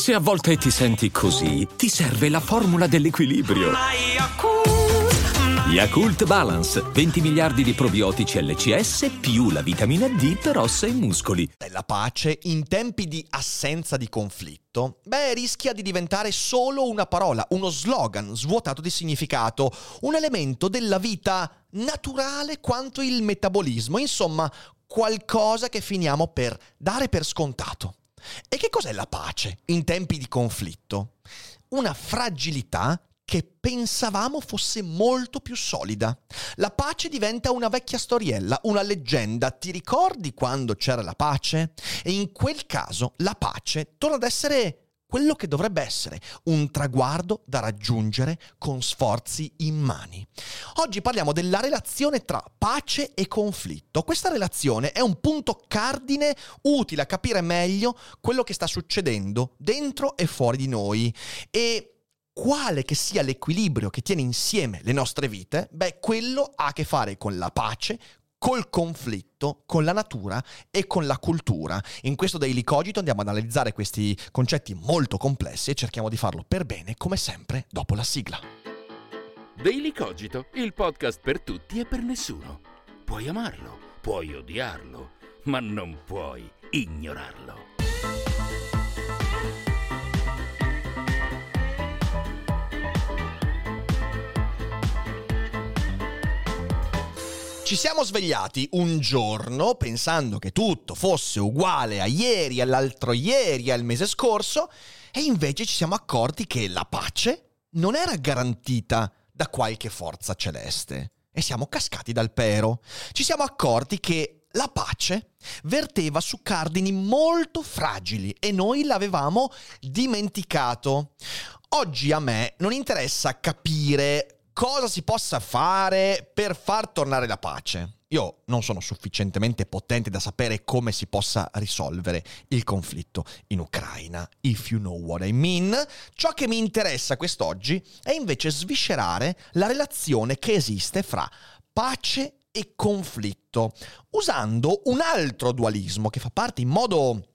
Se a volte ti senti così, ti serve la formula dell'equilibrio. Yakult Balance, 20 miliardi di probiotici LCS più la vitamina D per ossa e muscoli. La pace in tempi di assenza di conflitto, rischia di diventare solo una parola, uno slogan svuotato di significato, un elemento della vita naturale quanto il metabolismo, insomma, qualcosa che finiamo per dare per scontato. E che cos'è la pace in tempi di conflitto? Una fragilità che pensavamo fosse molto più solida. La pace diventa una vecchia storiella, una leggenda. Ti ricordi quando c'era la pace? E in quel caso la pace torna ad essere quello che dovrebbe essere, un traguardo da raggiungere con sforzi immani. Oggi parliamo della relazione tra pace e conflitto. Questa relazione è un punto cardine utile a capire meglio quello che sta succedendo dentro e fuori di noi e quale che sia l'equilibrio che tiene insieme le nostre vite, quello ha a che fare con la pace, col conflitto, con la natura e con la cultura. In questo Daily Cogito andiamo ad analizzare questi concetti molto complessi e cerchiamo di farlo per bene, come sempre, dopo la sigla. Daily Cogito, il podcast per tutti e per nessuno. Puoi amarlo, puoi odiarlo, ma non puoi ignorarlo. Ci siamo svegliati un giorno pensando che tutto fosse uguale a ieri, all'altro ieri, al mese scorso, e invece ci siamo accorti che la pace non era garantita da qualche forza celeste. E siamo cascati dal pero. Ci siamo accorti che la pace verteva su cardini molto fragili e noi l'avevamo dimenticato. Oggi a me non interessa capire cosa si possa fare per far tornare la pace. Io non sono sufficientemente potente da sapere come si possa risolvere il conflitto in Ucraina, if you know what I mean. Ciò che mi interessa quest'oggi è invece sviscerare la relazione che esiste fra pace e conflitto, usando un altro dualismo che fa parte in modo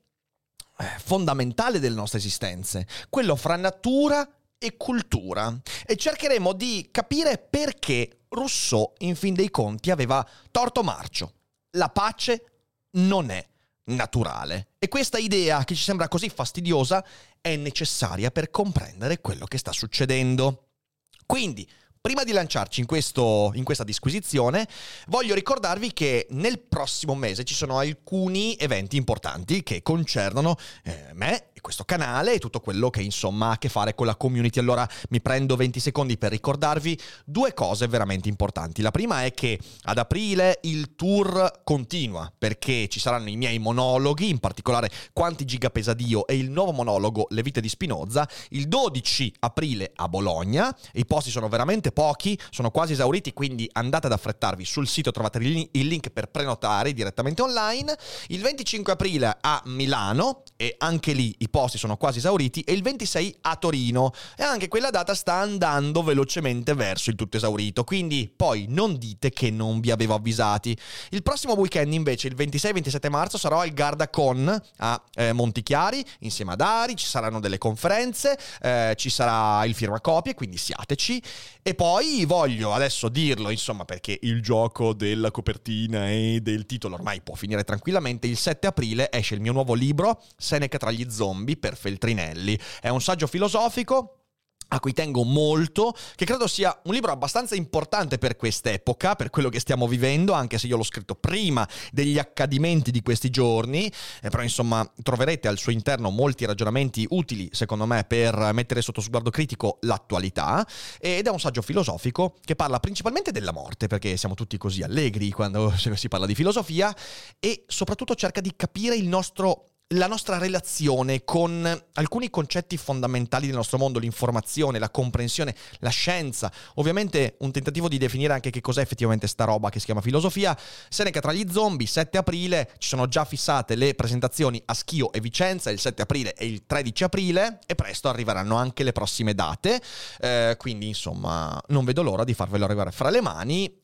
fondamentale delle nostre esistenze, quello fra natura e cultura, e cercheremo di capire perché Rousseau, in fin dei conti, aveva torto marcio. La pace non è naturale. E questa idea, che ci sembra così fastidiosa, è necessaria per comprendere quello che sta succedendo. Quindi, prima di lanciarci in questa disquisizione, voglio ricordarvi che nel prossimo mese ci sono alcuni eventi importanti che concernono me e questo canale e tutto quello che insomma ha a che fare con la community. Allora mi prendo 20 secondi per ricordarvi due cose veramente importanti. La prima è che ad aprile il tour continua, perché ci saranno i miei monologhi, in particolare Quanti giga pesa Dio e il nuovo monologo Le vite di Spinoza, il 12 aprile a Bologna. I posti sono veramente pochi, sono quasi esauriti, quindi andate ad affrettarvi. Sul sito trovate il link per prenotare direttamente online. Il 25 aprile a Milano, e anche lì i posti sono quasi esauriti, e il 26 a Torino, e anche quella data sta andando velocemente verso il tutto esaurito, quindi poi non dite che non vi avevo avvisati. Il prossimo weekend invece, il 26-27 marzo, sarò al GardaCon a Montichiari insieme ad Ari, ci saranno delle conferenze, ci sarà il firmacopie, quindi siateci. E poi voglio adesso dirlo, insomma, perché il gioco della copertina e del titolo ormai può finire tranquillamente. Il 7 aprile esce il mio nuovo libro, Seneca tra gli zombie, per Feltrinelli. È un saggio filosofico a cui tengo molto, che credo sia un libro abbastanza importante per quest'epoca, per quello che stiamo vivendo, anche se io l'ho scritto prima degli accadimenti di questi giorni, però insomma troverete al suo interno molti ragionamenti utili, secondo me, per mettere sotto sguardo critico l'attualità, ed è un saggio filosofico che parla principalmente della morte, perché siamo tutti così allegri quando si parla di filosofia, e soprattutto cerca di capire la nostra relazione con alcuni concetti fondamentali del nostro mondo, l'informazione, la comprensione, la scienza, ovviamente un tentativo di definire anche che cos'è effettivamente sta roba che si chiama filosofia. Seneca tra gli zombie, 7 aprile, ci sono già fissate le presentazioni a Schio e Vicenza, il 7 aprile e il 13 aprile, e presto arriveranno anche le prossime date, quindi insomma non vedo l'ora di farvelo arrivare fra le mani.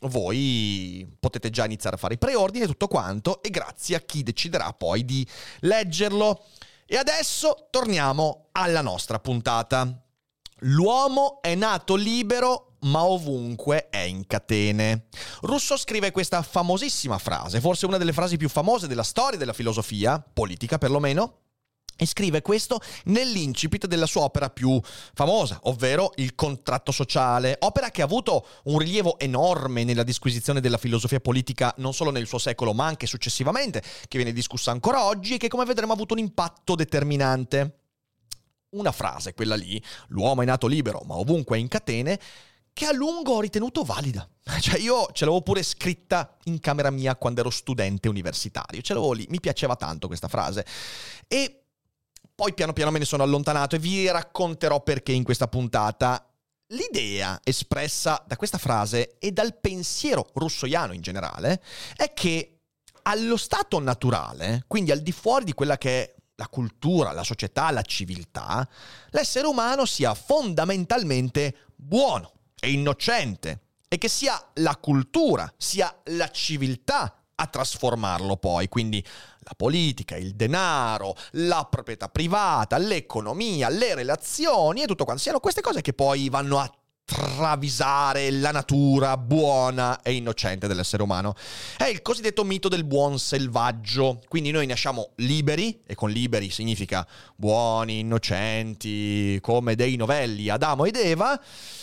Voi potete già iniziare a fare i preordini e tutto quanto, e grazie a chi deciderà poi di leggerlo E adesso torniamo alla nostra puntata. L'uomo è nato libero, ma ovunque è in catene. Rousseau scrive questa famosissima frase, forse una delle frasi più famose della storia della filosofia, politica perlomeno, e scrive questo nell'incipit della sua opera più famosa, ovvero Il contratto sociale, opera che ha avuto un rilievo enorme nella disquisizione della filosofia politica non solo nel suo secolo ma anche successivamente, che viene discussa ancora oggi e che come vedremo ha avuto un impatto determinante. Una frase, quella lì, l'uomo è nato libero ma ovunque è in catene, che a lungo ho ritenuto valida. Cioè io ce l'avevo pure scritta in camera mia quando ero studente universitario, ce l'avevo lì, mi piaceva tanto questa frase. E poi piano piano me ne sono allontanato e vi racconterò perché in questa puntata. L'idea espressa da questa frase e dal pensiero russoiano in generale è che allo stato naturale, quindi al di fuori di quella che è la cultura, la società, la civiltà, l'essere umano sia fondamentalmente buono e innocente e che sia la cultura, sia la civiltà a trasformarlo poi, quindi la politica, il denaro, la proprietà privata, l'economia, le relazioni e tutto quanto, siano queste cose che poi vanno a travisare la natura buona e innocente dell'essere umano. È il cosiddetto mito del buon selvaggio, quindi noi nasciamo liberi, e con liberi significa buoni, innocenti, come dei novelli Adamo ed Eva,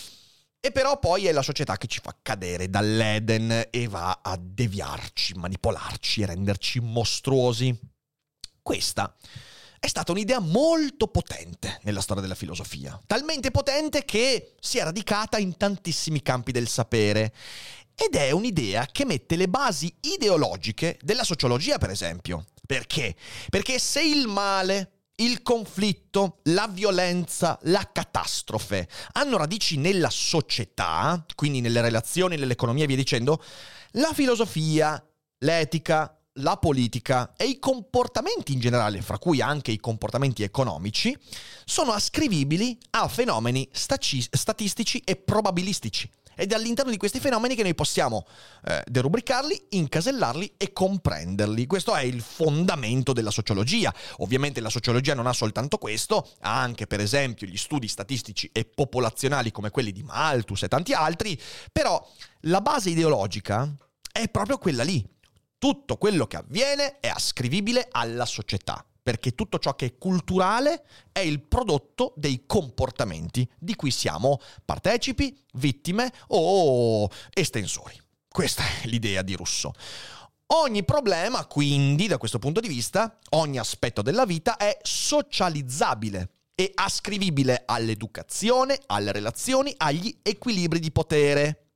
e però poi è la società che ci fa cadere dall'Eden e va a deviarci, manipolarci e renderci mostruosi. Questa è stata un'idea molto potente nella storia della filosofia, talmente potente che si è radicata in tantissimi campi del sapere. Ed è un'idea che mette le basi ideologiche della sociologia, per esempio. Perché? Perché se il male, il conflitto, la violenza, la catastrofe hanno radici nella società, quindi nelle relazioni, nell'economia e via dicendo, la filosofia, l'etica, la politica e i comportamenti in generale, fra cui anche i comportamenti economici, sono ascrivibili a fenomeni statistici e probabilistici. Ed è all'interno di questi fenomeni che noi possiamo derubricarli, incasellarli e comprenderli. Questo è il fondamento della sociologia. Ovviamente la sociologia non ha soltanto questo, ha anche per esempio gli studi statistici e popolazionali come quelli di Malthus e tanti altri, però la base ideologica è proprio quella lì. Tutto quello che avviene è ascrivibile alla società, perché tutto ciò che è culturale è il prodotto dei comportamenti di cui siamo partecipi, vittime o estensori. Questa è l'idea di Rousseau. Ogni problema, quindi, da questo punto di vista, ogni aspetto della vita è socializzabile e ascrivibile all'educazione, alle relazioni, agli equilibri di potere.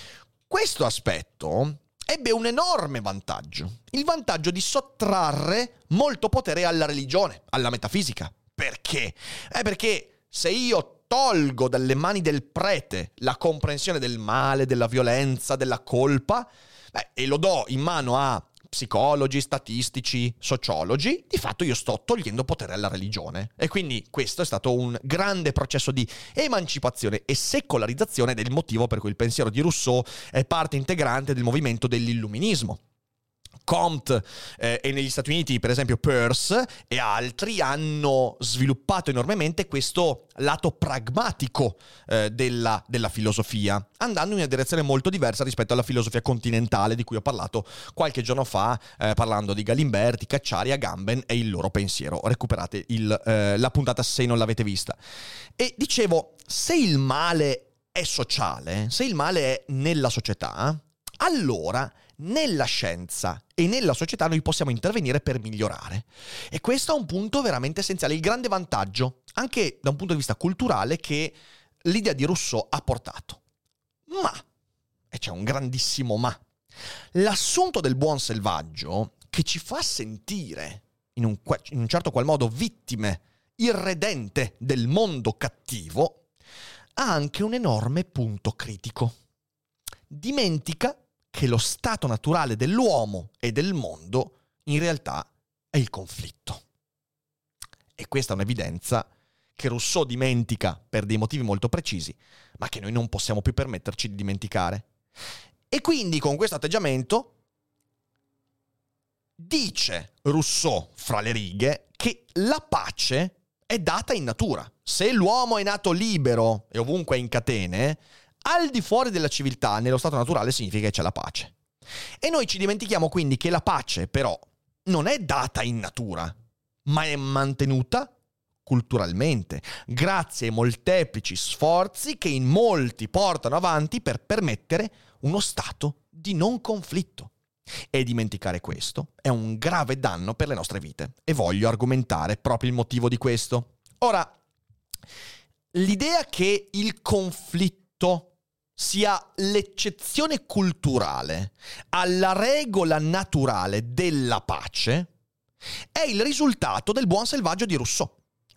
Questo aspetto ebbe un enorme vantaggio, il vantaggio di sottrarre molto potere alla religione, alla metafisica. Perché? Perché se io tolgo dalle mani del prete la comprensione del male, della violenza, della colpa, e lo do in mano a psicologi, statistici, sociologi, di fatto io sto togliendo potere alla religione. E quindi questo è stato un grande processo di emancipazione e secolarizzazione del motivo per cui il pensiero di Rousseau è parte integrante del movimento dell'illuminismo. Comte e negli Stati Uniti, per esempio Peirce e altri hanno sviluppato enormemente questo lato pragmatico della filosofia, andando in una direzione molto diversa rispetto alla filosofia continentale di cui ho parlato qualche giorno fa, parlando di Galimberti, Cacciari, Agamben e il loro pensiero. Recuperate la puntata se non l'avete vista. E dicevo, se il male è sociale, se il male è nella società, allora nella scienza e nella società noi possiamo intervenire per migliorare. E questo è un punto veramente essenziale, il grande vantaggio, anche da un punto di vista culturale, che l'idea di Rousseau ha portato. Ma, e c'è un grandissimo ma, l'assunto del buon selvaggio, che ci fa sentire in un certo qual modo vittime irredente del mondo cattivo, ha anche un enorme punto critico. Dimentica che lo stato naturale dell'uomo e del mondo in realtà è il conflitto. E questa è un'evidenza che Rousseau dimentica per dei motivi molto precisi, ma che noi non possiamo più permetterci di dimenticare. E quindi con questo atteggiamento Dice Rousseau, fra le righe, che la pace è data in natura. Se l'uomo è nato libero e ovunque è in catene, al di fuori della civiltà, nello stato naturale, significa che c'è la pace. E noi ci dimentichiamo quindi che la pace, però, non è data in natura, ma è mantenuta culturalmente, grazie ai molteplici sforzi che in molti portano avanti per permettere uno stato di non conflitto. E dimenticare questo è un grave danno per le nostre vite. E voglio argomentare proprio il motivo di questo. Ora, l'idea che il conflitto sia l'eccezione culturale alla regola naturale della pace è il risultato del Buon selvaggio di Rousseau,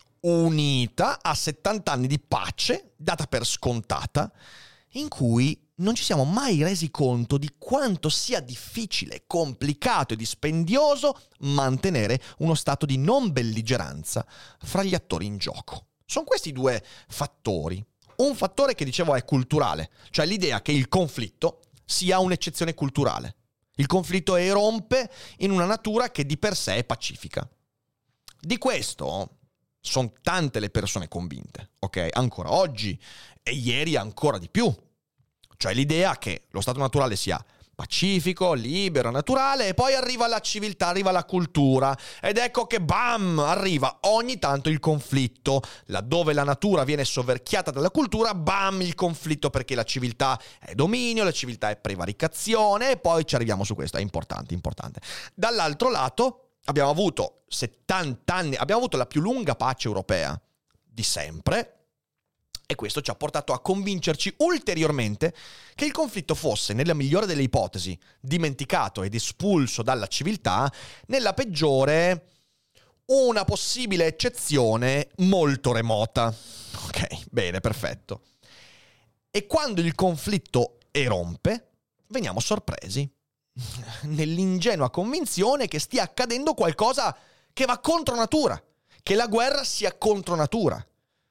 unita a 70 anni di pace, data per scontata, in cui non ci siamo mai resi conto di quanto sia difficile, complicato e dispendioso mantenere uno stato di non belligeranza fra gli attori in gioco. Sono questi due fattori. Un fattore che dicevo è culturale, cioè l'idea che il conflitto sia un'eccezione culturale. Il conflitto erompe in una natura che di per sé è pacifica. Di questo sono tante le persone convinte, ok? Ancora oggi e ieri ancora di più. Cioè l'idea che lo stato naturale sia pacifico, libero, naturale, e poi arriva la civiltà, arriva la cultura, ed ecco che bam, arriva ogni tanto il conflitto. Laddove la natura viene soverchiata dalla cultura, bam, il conflitto, perché la civiltà è dominio, la civiltà è prevaricazione, e poi ci arriviamo su questo, è importante. Dall'altro lato abbiamo avuto 70 anni, abbiamo avuto la più lunga pace europea di sempre, e questo ci ha portato a convincerci ulteriormente che il conflitto fosse, nella migliore delle ipotesi, dimenticato ed espulso dalla civiltà, nella peggiore, una possibile eccezione molto remota. Ok, bene, perfetto. E quando il conflitto erompe, veniamo sorpresi, nell'ingenua convinzione che stia accadendo qualcosa che va contro natura, che la guerra sia contro natura.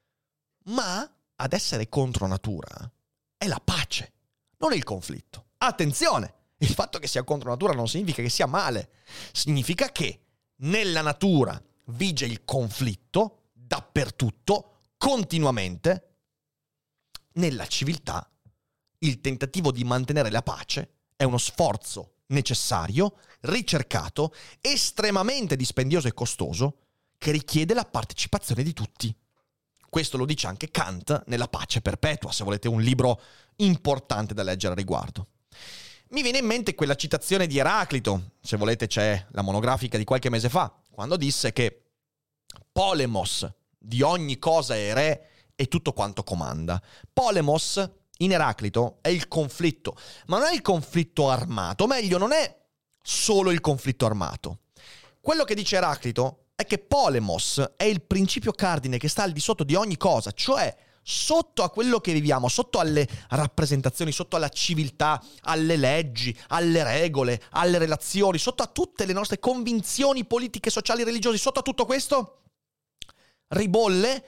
Ma ad essere contro natura è la pace, non il conflitto. Attenzione! Il fatto che sia contro natura non significa che sia male. Significa che nella natura vige il conflitto dappertutto, continuamente. Nella civiltà il tentativo di mantenere la pace è uno sforzo necessario, ricercato, estremamente dispendioso e costoso, che richiede la partecipazione di tutti. Questo lo dice anche Kant nella Pace Perpetua, se volete un libro importante da leggere a riguardo. Mi viene in mente quella citazione di Eraclito, se volete c'è la monografica di qualche mese fa, quando disse che polemos di ogni cosa è re e tutto quanto comanda. Polemos in Eraclito è il conflitto, ma non è il conflitto armato, o meglio, non è solo il conflitto armato. Quello che dice Eraclito è che polemos è il principio cardine che sta al di sotto di ogni cosa, cioè sotto a quello che viviamo, sotto alle rappresentazioni, sotto alla civiltà, alle leggi, alle regole, alle relazioni, sotto a tutte le nostre convinzioni politiche, sociali, religiose, sotto a tutto questo ribolle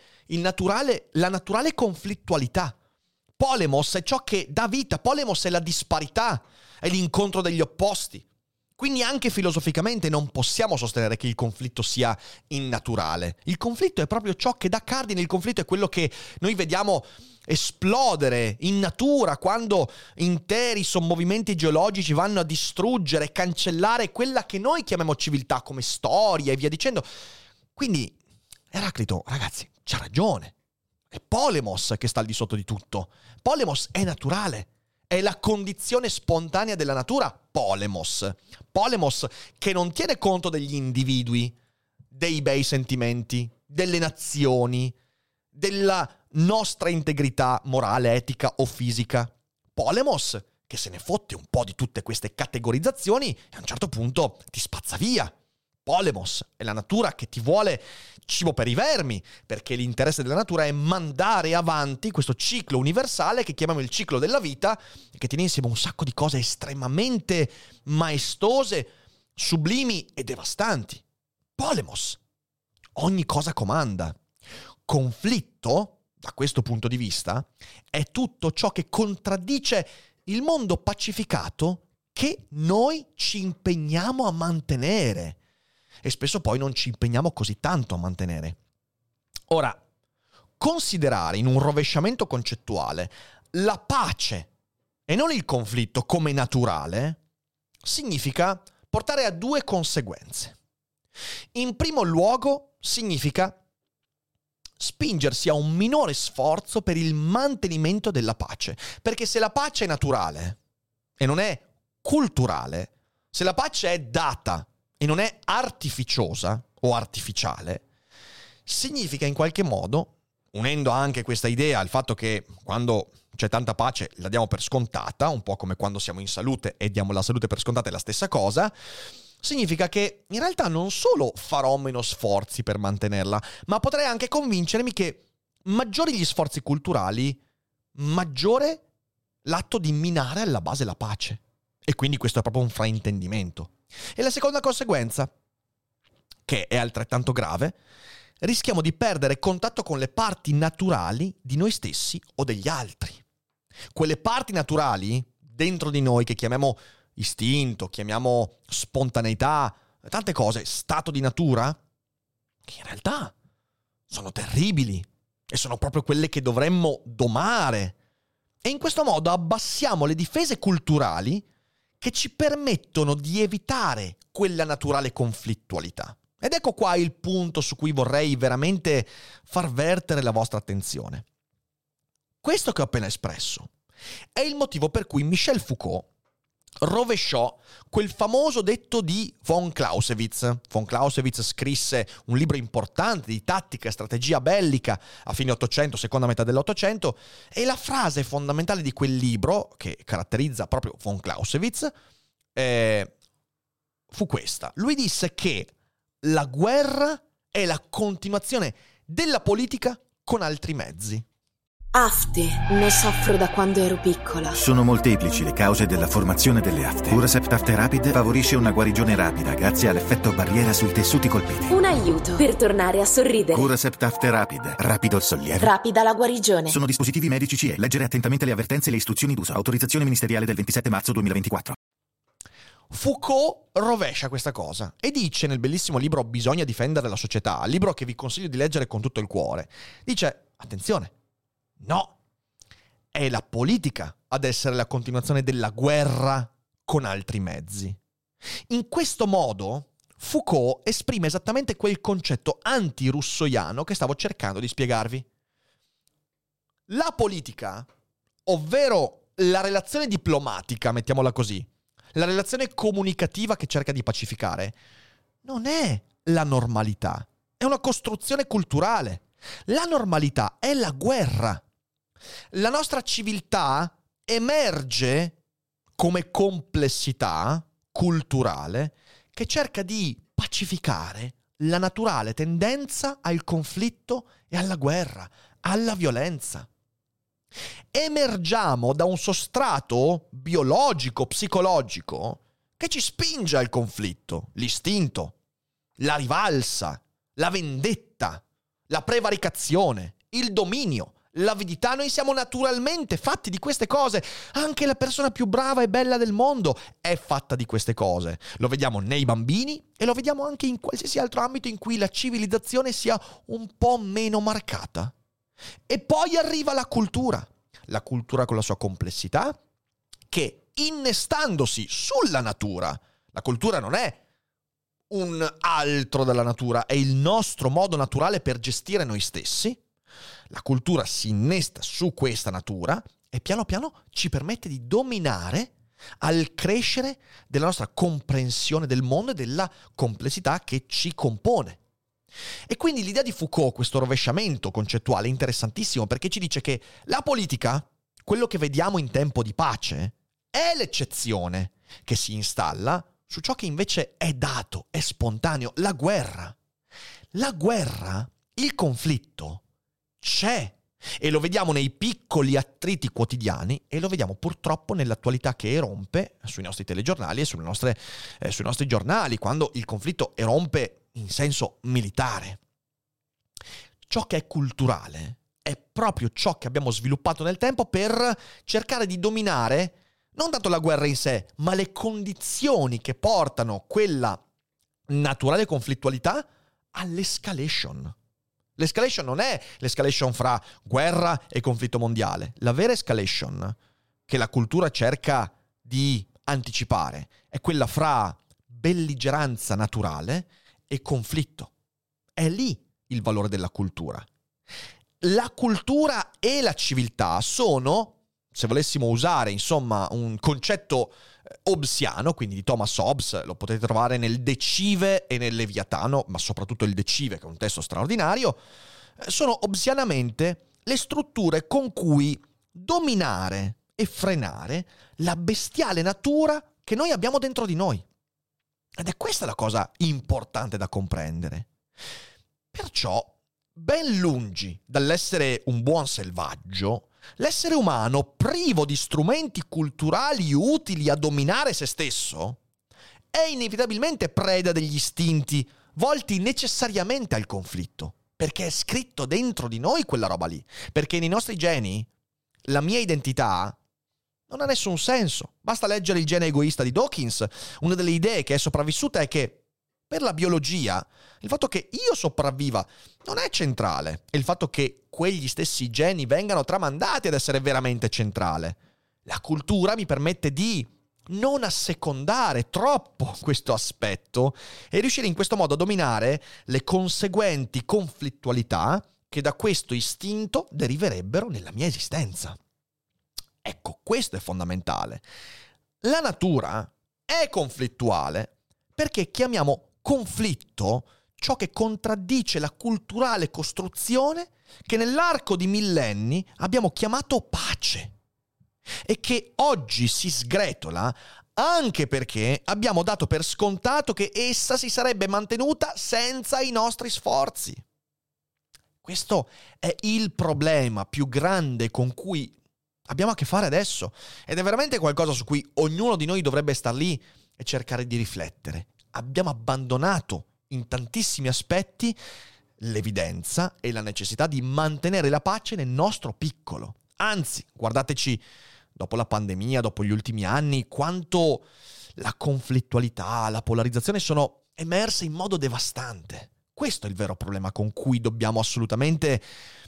la naturale conflittualità. Polemos è ciò che dà vita, polemos è la disparità, è l'incontro degli opposti. Quindi anche filosoficamente non possiamo sostenere che il conflitto sia innaturale. Il conflitto è proprio ciò che dà cardine, il conflitto è quello che noi vediamo esplodere in natura quando interi sommovimenti geologici vanno a distruggere, cancellare quella che noi chiamiamo civiltà come storia e via dicendo. Quindi Eraclito, ragazzi, c'ha ragione. È polemos che sta al di sotto di tutto. Polemos è naturale. È la condizione spontanea della natura, polemos. Polemos che non tiene conto degli individui, dei bei sentimenti, delle nazioni, della nostra integrità morale, etica o fisica. Polemos che se ne fotte un po' di tutte queste categorizzazioni e a un certo punto ti spazza via. Polemos è la natura che ti vuole cibo per i vermi, perché l'interesse della natura è mandare avanti questo ciclo universale che chiamiamo il ciclo della vita e che tiene insieme un sacco di cose estremamente maestose, sublimi e devastanti. Polemos, ogni cosa comanda. Conflitto, da questo punto di vista, è tutto ciò che contraddice il mondo pacificato che noi ci impegniamo a mantenere e spesso poi non ci impegniamo così tanto a mantenere. Ora, considerare in un rovesciamento concettuale la pace e non il conflitto come naturale significa portare a due conseguenze. In primo luogo significa spingersi a un minore sforzo per il mantenimento della pace, perché se la pace è naturale e non è culturale, se la pace è data e non è artificiosa o artificiale, significa in qualche modo, unendo anche questa idea al fatto che quando c'è tanta pace la diamo per scontata, un po' come quando siamo in salute e diamo la salute per scontata, è la stessa cosa, significa che in realtà non solo farò meno sforzi per mantenerla, ma potrei anche convincermi che maggiori gli sforzi culturali, maggiore l'atto di minare alla base la pace. E quindi questo è proprio un fraintendimento. E la seconda conseguenza, che è altrettanto grave, rischiamo di perdere contatto con le parti naturali di noi stessi o degli altri. Quelle parti naturali dentro di noi che chiamiamo istinto, chiamiamo spontaneità, tante cose, stato di natura, che in realtà sono terribili e sono proprio quelle che dovremmo domare. E in questo modo abbassiamo le difese culturali che ci permettono di evitare quella naturale conflittualità. Ed ecco qua il punto su cui vorrei veramente far vertere la vostra attenzione. Questo che ho appena espresso è il motivo per cui Michel Foucault rovesciò quel famoso detto di von Clausewitz. Von Clausewitz scrisse un libro importante di tattica e strategia bellica a fine Ottocento, seconda metà dell'Ottocento, e la frase fondamentale di quel libro, che caratterizza proprio von Clausewitz, fu questa. Lui disse che la guerra è la continuazione della politica con altri mezzi. Afte, ne soffro da quando ero piccola. Sono molteplici le cause della formazione delle afte. Curacept Afte Rapid favorisce una guarigione rapida grazie all'effetto barriera sui tessuti colpiti. Un aiuto per tornare a sorridere. Curacept Afte Rapid, rapido il sollievo. Rapida la guarigione. Sono dispositivi medici CE. Leggere attentamente le avvertenze e le istruzioni d'uso. Autorizzazione ministeriale del 27 marzo 2024. Foucault rovescia questa cosa e dice nel bellissimo libro Bisogna difendere la società, libro che vi consiglio di leggere con tutto il cuore, dice, attenzione, no, è la politica ad essere la continuazione della guerra con altri mezzi. In questo modo Foucault esprime esattamente quel concetto anti-russoiano che stavo cercando di spiegarvi. La politica, ovvero la relazione diplomatica, mettiamola così, la relazione comunicativa che cerca di pacificare, non è la normalità, è una costruzione culturale. La normalità è la guerra. La nostra civiltà emerge come complessità culturale che cerca di pacificare la naturale tendenza al conflitto e alla guerra, alla violenza. Emergiamo da un sostrato biologico, psicologico, che ci spinge al conflitto, l'istinto, la rivalsa, la vendetta, la prevaricazione, il dominio, l'avidità. Noi siamo naturalmente fatti di queste cose. Anche la persona più brava e bella del mondo è fatta di queste cose. Lo vediamo nei bambini e lo vediamo anche in qualsiasi altro ambito in cui la civilizzazione sia un po' meno marcata. E poi arriva la cultura con la sua complessità, che innestandosi sulla natura, la cultura non è un altro dalla natura, è il nostro modo naturale per gestire noi stessi. La cultura si innesta su questa natura e piano piano ci permette di dominare al crescere della nostra comprensione del mondo e della complessità che ci compone. E quindi l'idea di Foucault, questo rovesciamento concettuale, è interessantissimo perché ci dice che la politica, quello che vediamo in tempo di pace, è l'eccezione che si installa su ciò che invece è dato, è spontaneo, la guerra. La guerra, il conflitto, c'è. E lo vediamo nei piccoli attriti quotidiani e lo vediamo purtroppo nell'attualità che erompe sui nostri telegiornali e sui nostri giornali, quando il conflitto erompe in senso militare. Ciò che è culturale è proprio ciò che abbiamo sviluppato nel tempo per cercare di dominare Non tanto la guerra in sé, ma le condizioni che portano quella naturale conflittualità all'escalation. L'escalation non è l'escalation fra guerra e conflitto mondiale. La vera escalation che la cultura cerca di anticipare è quella fra belligeranza naturale e conflitto. È lì il valore della cultura. La cultura e la civiltà sono, se volessimo usare insomma un concetto hobbesiano, quindi di Thomas Hobbes, lo potete trovare nel De Cive e nel Leviatano, ma soprattutto il De Cive, che è un testo straordinario, sono hobbesianamente le strutture con cui dominare e frenare la bestiale natura che noi abbiamo dentro di noi. Ed è questa la cosa importante da comprendere. Perciò, ben lungi dall'essere un buon selvaggio, l'essere umano, privo di strumenti culturali utili a dominare se stesso, è inevitabilmente preda degli istinti volti necessariamente al conflitto, perché è scritto dentro di noi quella roba lì, perché nei nostri geni la mia identità non ha nessun senso. Basta leggere Il gene egoista di Dawkins. Una delle idee che è sopravvissuta è che per la biologia il fatto che io sopravviva non è centrale, è il fatto che quegli stessi geni vengano tramandati ad essere veramente centrale. La cultura mi permette di non assecondare troppo questo aspetto e riuscire in questo modo a dominare le conseguenti conflittualità che da questo istinto deriverebbero nella mia esistenza. Ecco, questo è fondamentale. La natura è conflittuale perché chiamiamo conflitto ciò che contraddice la culturale costruzione che nell'arco di millenni abbiamo chiamato pace e che oggi si sgretola anche perché abbiamo dato per scontato che essa si sarebbe mantenuta senza i nostri sforzi. Questo è il problema più grande con cui abbiamo a che fare adesso ed è veramente qualcosa su cui ognuno di noi dovrebbe star lì e cercare di riflettere. Abbiamo abbandonato in tantissimi aspetti l'evidenza e la necessità di mantenere la pace nel nostro piccolo. Anzi, guardateci dopo la pandemia, dopo gli ultimi anni, quanto la conflittualità, la polarizzazione sono emerse in modo devastante. Questo è il vero problema con cui dobbiamo assolutamente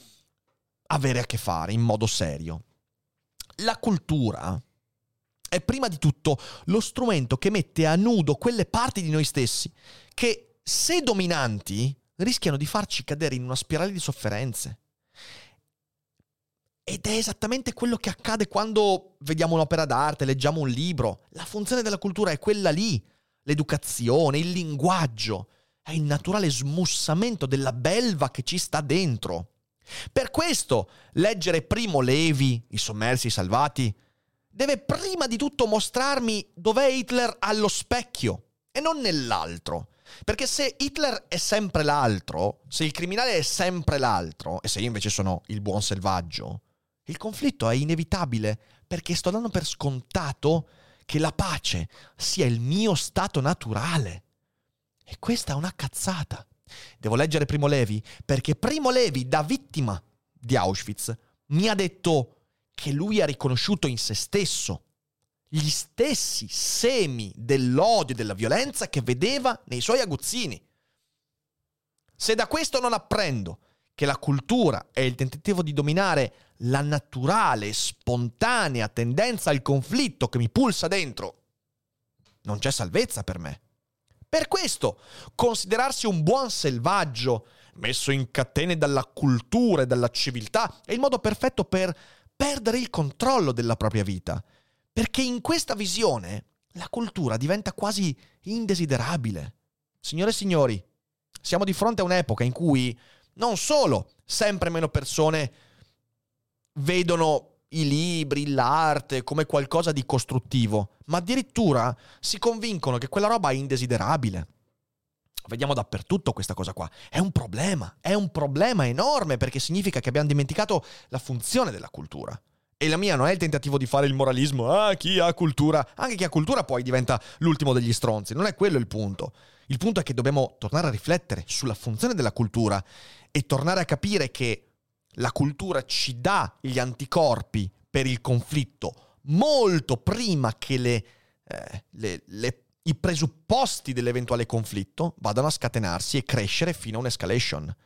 avere a che fare in modo serio. La cultura è prima di tutto lo strumento che mette a nudo quelle parti di noi stessi che, se dominanti, rischiano di farci cadere in una spirale di sofferenze. Ed è esattamente quello che accade quando vediamo un'opera d'arte, leggiamo un libro. La funzione della cultura è quella lì: l'educazione, il linguaggio, è il naturale smussamento della belva che ci sta dentro. Per questo leggere Primo Levi, I Sommersi Salvati, deve prima di tutto mostrarmi dov'è Hitler allo specchio e non nell'altro. Perché se Hitler è sempre l'altro, se il criminale è sempre l'altro, e se io invece sono il buon selvaggio, il conflitto è inevitabile, perché sto dando per scontato che la pace sia il mio stato naturale. E questa è una cazzata. Devo leggere Primo Levi, perché Primo Levi, da vittima di Auschwitz, mi ha detto che lui ha riconosciuto in se stesso gli stessi semi dell'odio e della violenza che vedeva nei suoi aguzzini. Se da questo non apprendo che la cultura è il tentativo di dominare la naturale, spontanea tendenza al conflitto che mi pulsa dentro, non c'è salvezza per me. Per questo, considerarsi un buon selvaggio, messo in catene dalla cultura e dalla civiltà, è il modo perfetto per perdere il controllo della propria vita. Perché in questa visione la cultura diventa quasi indesiderabile. Signore e signori, siamo di fronte a un'epoca in cui non solo sempre meno persone vedono i libri, l'arte come qualcosa di costruttivo, ma addirittura si convincono che quella roba è indesiderabile. Vediamo dappertutto questa cosa qua. È un problema enorme, perché significa che abbiamo dimenticato la funzione della cultura. E la mia non è il tentativo di fare il moralismo, chi ha cultura, anche chi ha cultura poi diventa l'ultimo degli stronzi, non è quello il punto. Il punto è che dobbiamo tornare a riflettere sulla funzione della cultura e tornare a capire che la cultura ci dà gli anticorpi per il conflitto, molto prima che i presupposti dell'eventuale conflitto vadano a scatenarsi e crescere fino a un'escalation.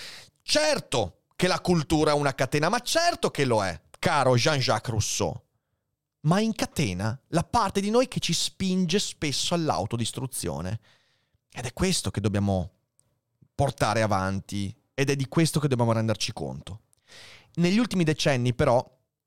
Certo che la cultura è una catena, ma certo che lo è, caro Jean-Jacques Rousseau. Ma incatena la parte di noi che ci spinge spesso all'autodistruzione. Ed è questo che dobbiamo portare avanti ed è di questo che dobbiamo renderci conto. Negli ultimi decenni, però,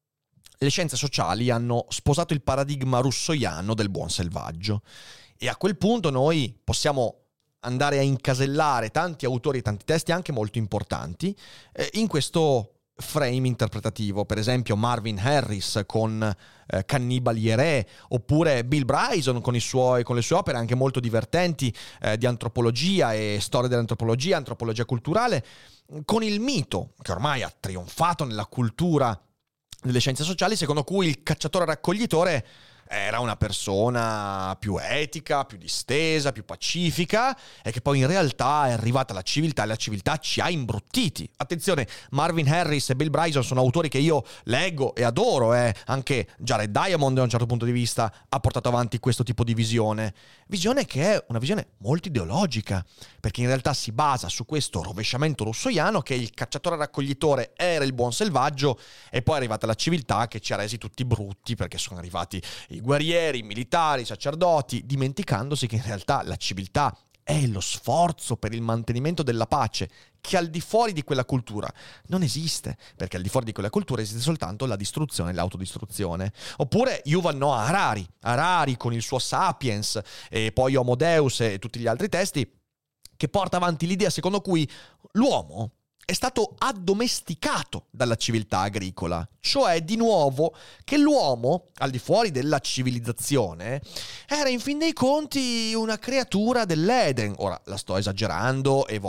le scienze sociali hanno sposato il paradigma russoiano del buon selvaggio. E a quel punto noi possiamo andare a incasellare tanti autori e tanti testi anche molto importanti in questo frame interpretativo. Per esempio Marvin Harris con Cannibaliere, oppure Bill Bryson con le sue opere anche molto divertenti di antropologia e storia dell'antropologia, antropologia culturale, con il mito che ormai ha trionfato nella cultura delle scienze sociali, secondo cui il cacciatore-raccoglitore era una persona più etica, più distesa, più pacifica, e che poi in realtà è arrivata la civiltà e la civiltà ci ha imbruttiti. Attenzione, Marvin Harris e Bill Bryson sono autori che io leggo e adoro, anche Jared Diamond da un certo punto di vista ha portato avanti questo tipo di visione che è una visione molto ideologica, perché in realtà si basa su questo rovesciamento russoiano che il cacciatore-raccoglitore era il buon selvaggio e poi è arrivata la civiltà che ci ha resi tutti brutti perché sono arrivati i guerrieri, i militari, i sacerdoti, dimenticandosi che in realtà la civiltà è lo sforzo per il mantenimento della pace, che al di fuori di quella cultura non esiste, perché al di fuori di quella cultura esiste soltanto la distruzione e l'autodistruzione. Oppure Yuval Noah Harari con il suo Sapiens e poi Homo Deus e tutti gli altri testi, che porta avanti l'idea secondo cui l'uomo è stato addomesticato dalla civiltà agricola, cioè di nuovo che l'uomo, al di fuori della civilizzazione, era in fin dei conti una creatura dell'Eden. Ora, la sto esagerando e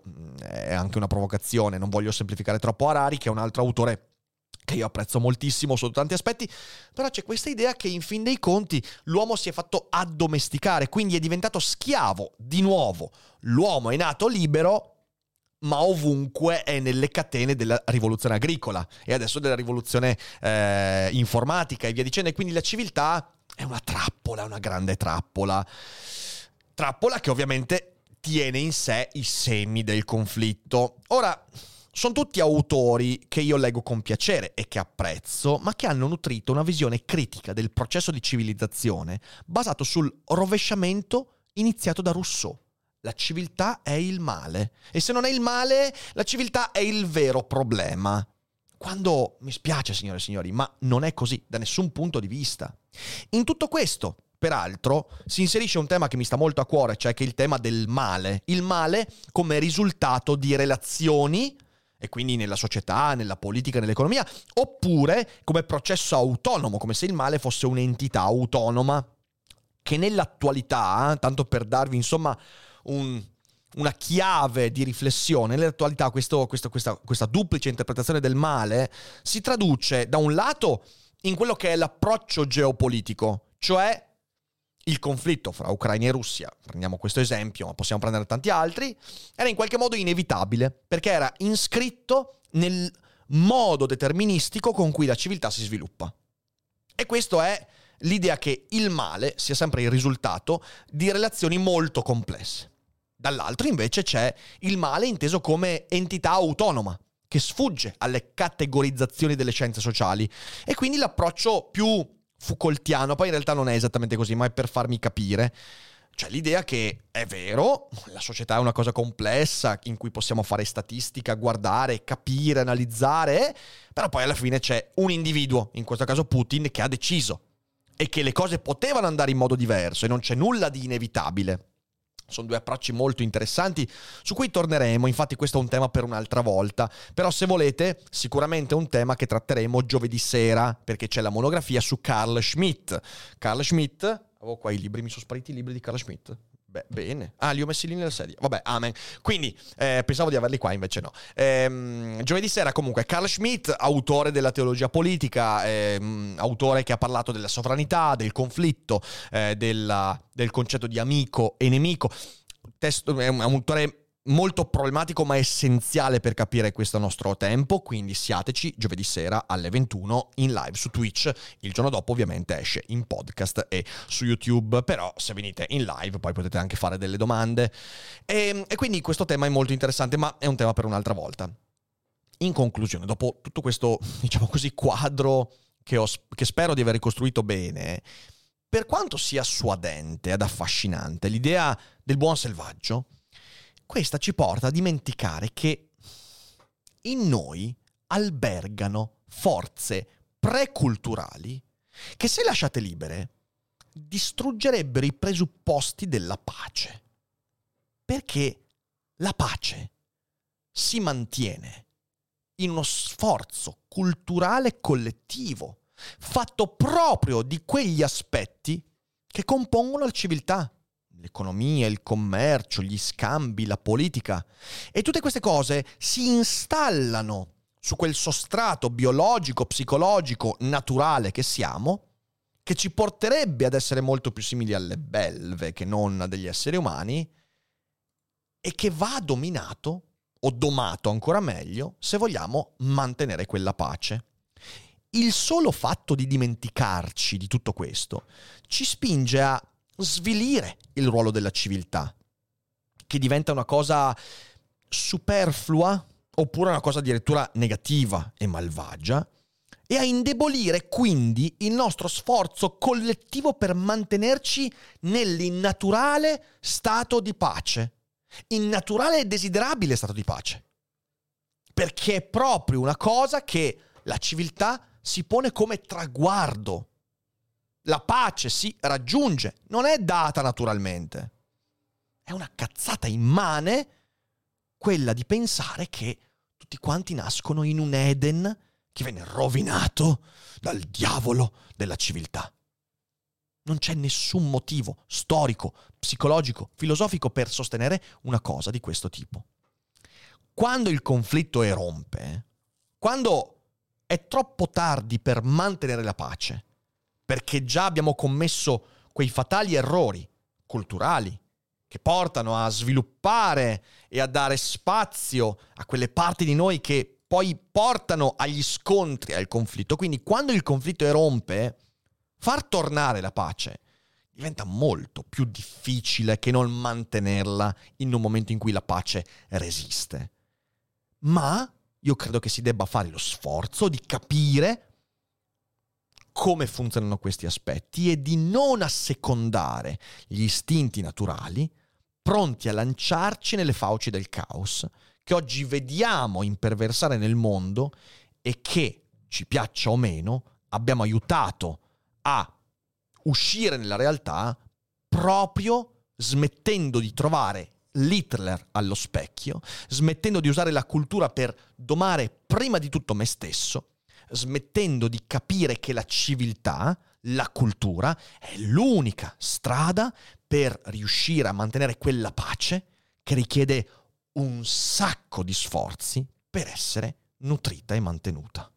è anche una provocazione, non voglio semplificare troppo Harari, che è un altro autore che io apprezzo moltissimo sotto tanti aspetti, però c'è questa idea che in fin dei conti l'uomo si è fatto addomesticare, quindi è diventato schiavo. Di nuovo, l'uomo è nato libero, ma ovunque è nelle catene della rivoluzione agricola e adesso della rivoluzione informatica e via dicendo. E quindi la civiltà è una trappola, una grande trappola che ovviamente tiene in sé i semi del conflitto. Ora, sono tutti autori che io leggo con piacere e che apprezzo, ma che hanno nutrito una visione critica del processo di civilizzazione basato sul rovesciamento iniziato da Rousseau. La civiltà è il male, e se non è il male, la civiltà è il vero problema. Quando, mi spiace signore e signori, ma non è così da nessun punto di vista. In tutto questo, peraltro, si inserisce un tema che mi sta molto a cuore, cioè che è il tema del male. Il male come risultato di relazioni, e quindi nella società, nella politica, nell'economia, oppure come processo autonomo, come se il male fosse un'entità autonoma, che nell'attualità, tanto per darvi insomma una chiave di riflessione, nell'attualità questa duplice interpretazione del male si traduce da un lato in quello che è l'approccio geopolitico, cioè il conflitto fra Ucraina e Russia, prendiamo questo esempio, ma possiamo prendere tanti altri, era in qualche modo inevitabile, perché era iscritto nel modo deterministico con cui la civiltà si sviluppa. E questo è l'idea che il male sia sempre il risultato di relazioni molto complesse. Dall'altro invece c'è il male inteso come entità autonoma, che sfugge alle categorizzazioni delle scienze sociali. E quindi l'approccio più Foucaultiano, poi in realtà non è esattamente così, ma è per farmi capire, cioè l'idea che è vero, la società è una cosa complessa in cui possiamo fare statistica, guardare, capire, analizzare, però poi alla fine c'è un individuo, in questo caso Putin, che ha deciso e che le cose potevano andare in modo diverso e non c'è nulla di inevitabile. Sono due approcci molto interessanti su cui torneremo, infatti questo è un tema per un'altra volta, però se volete sicuramente è un tema che tratteremo giovedì sera, perché c'è la monografia su Carl Schmitt. Carl Schmitt, avevo qua i libri, mi sono spariti i libri di Carl Schmitt. Beh, bene. Ah, li ho messi lì nella sedia. Vabbè, amen. Quindi, pensavo di averli qua, invece no. Giovedì sera comunque Carl Schmitt, autore della teologia politica, autore che ha parlato della sovranità, del conflitto, del concetto di amico e nemico. È un autore molto problematico ma essenziale per capire questo nostro tempo, quindi siateci giovedì sera alle 21 in live su Twitch. Il giorno dopo ovviamente esce in podcast e su YouTube, però se venite in live poi potete anche fare delle domande e quindi questo tema è molto interessante, ma è un tema per un'altra volta. In conclusione, dopo tutto questo, diciamo così, quadro che spero di aver ricostruito bene, per quanto sia suadente ed affascinante l'idea del buon selvaggio, questa ci porta a dimenticare che in noi albergano forze preculturali che, se lasciate libere, distruggerebbero i presupposti della pace. Perché la pace si mantiene in uno sforzo culturale collettivo, fatto proprio di quegli aspetti che compongono la civiltà. L'economia, il commercio, gli scambi, la politica. E tutte queste cose si installano su quel sostrato biologico, psicologico, naturale che siamo, che ci porterebbe ad essere molto più simili alle belve che non a degli esseri umani, e che va dominato, o domato ancora meglio, se vogliamo mantenere quella pace. Il solo fatto di dimenticarci di tutto questo ci spinge a svilire il ruolo della civiltà, che diventa una cosa superflua oppure una cosa addirittura negativa e malvagia, e a indebolire quindi il nostro sforzo collettivo per mantenerci nell'innaturale stato di pace, innaturale e desiderabile stato di pace, perché è proprio una cosa che la civiltà si pone come traguardo. La pace si raggiunge, non è data naturalmente. È una cazzata immane quella di pensare che tutti quanti nascono in un Eden che viene rovinato dal diavolo della civiltà. Non c'è nessun motivo storico, psicologico, filosofico per sostenere una cosa di questo tipo. Quando il conflitto erompe, quando è troppo tardi per mantenere la pace, perché già abbiamo commesso quei fatali errori culturali che portano a sviluppare e a dare spazio a quelle parti di noi che poi portano agli scontri, al conflitto. Quindi quando il conflitto erompe, far tornare la pace diventa molto più difficile che non mantenerla in un momento in cui la pace resiste. Ma io credo che si debba fare lo sforzo di capire come funzionano questi aspetti e di non assecondare gli istinti naturali pronti a lanciarci nelle fauci del caos che oggi vediamo imperversare nel mondo e che, ci piaccia o meno, abbiamo aiutato a uscire nella realtà proprio smettendo di trovare l'Hitler allo specchio, smettendo di usare la cultura per domare prima di tutto me stesso, smettendo di capire che la civiltà, la cultura, è l'unica strada per riuscire a mantenere quella pace che richiede un sacco di sforzi per essere nutrita e mantenuta.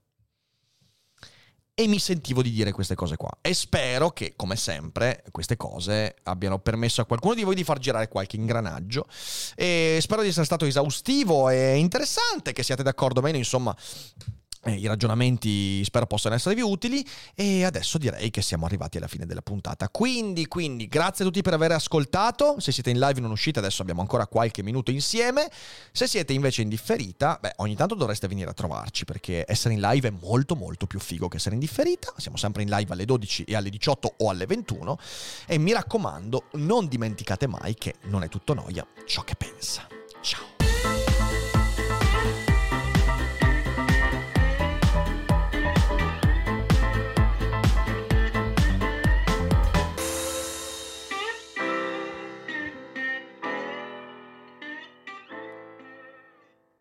E mi sentivo di dire queste cose qua. E spero che, come sempre, queste cose abbiano permesso a qualcuno di voi di far girare qualche ingranaggio. E spero di essere stato esaustivo e interessante, che siate d'accordo o meno, insomma. I ragionamenti spero possano esservi utili, e adesso direi che siamo arrivati alla fine della puntata. Quindi grazie a tutti per aver ascoltato. Se siete in live non uscite, adesso abbiamo ancora qualche minuto insieme. Se siete invece in differita, ogni tanto dovreste venire a trovarci, perché essere in live è molto molto più figo che essere in differita. Siamo sempre in live alle 12 e alle 18 o alle 21, e mi raccomando, non dimenticate mai che non è tutto noia ciò che pensa. Ciao.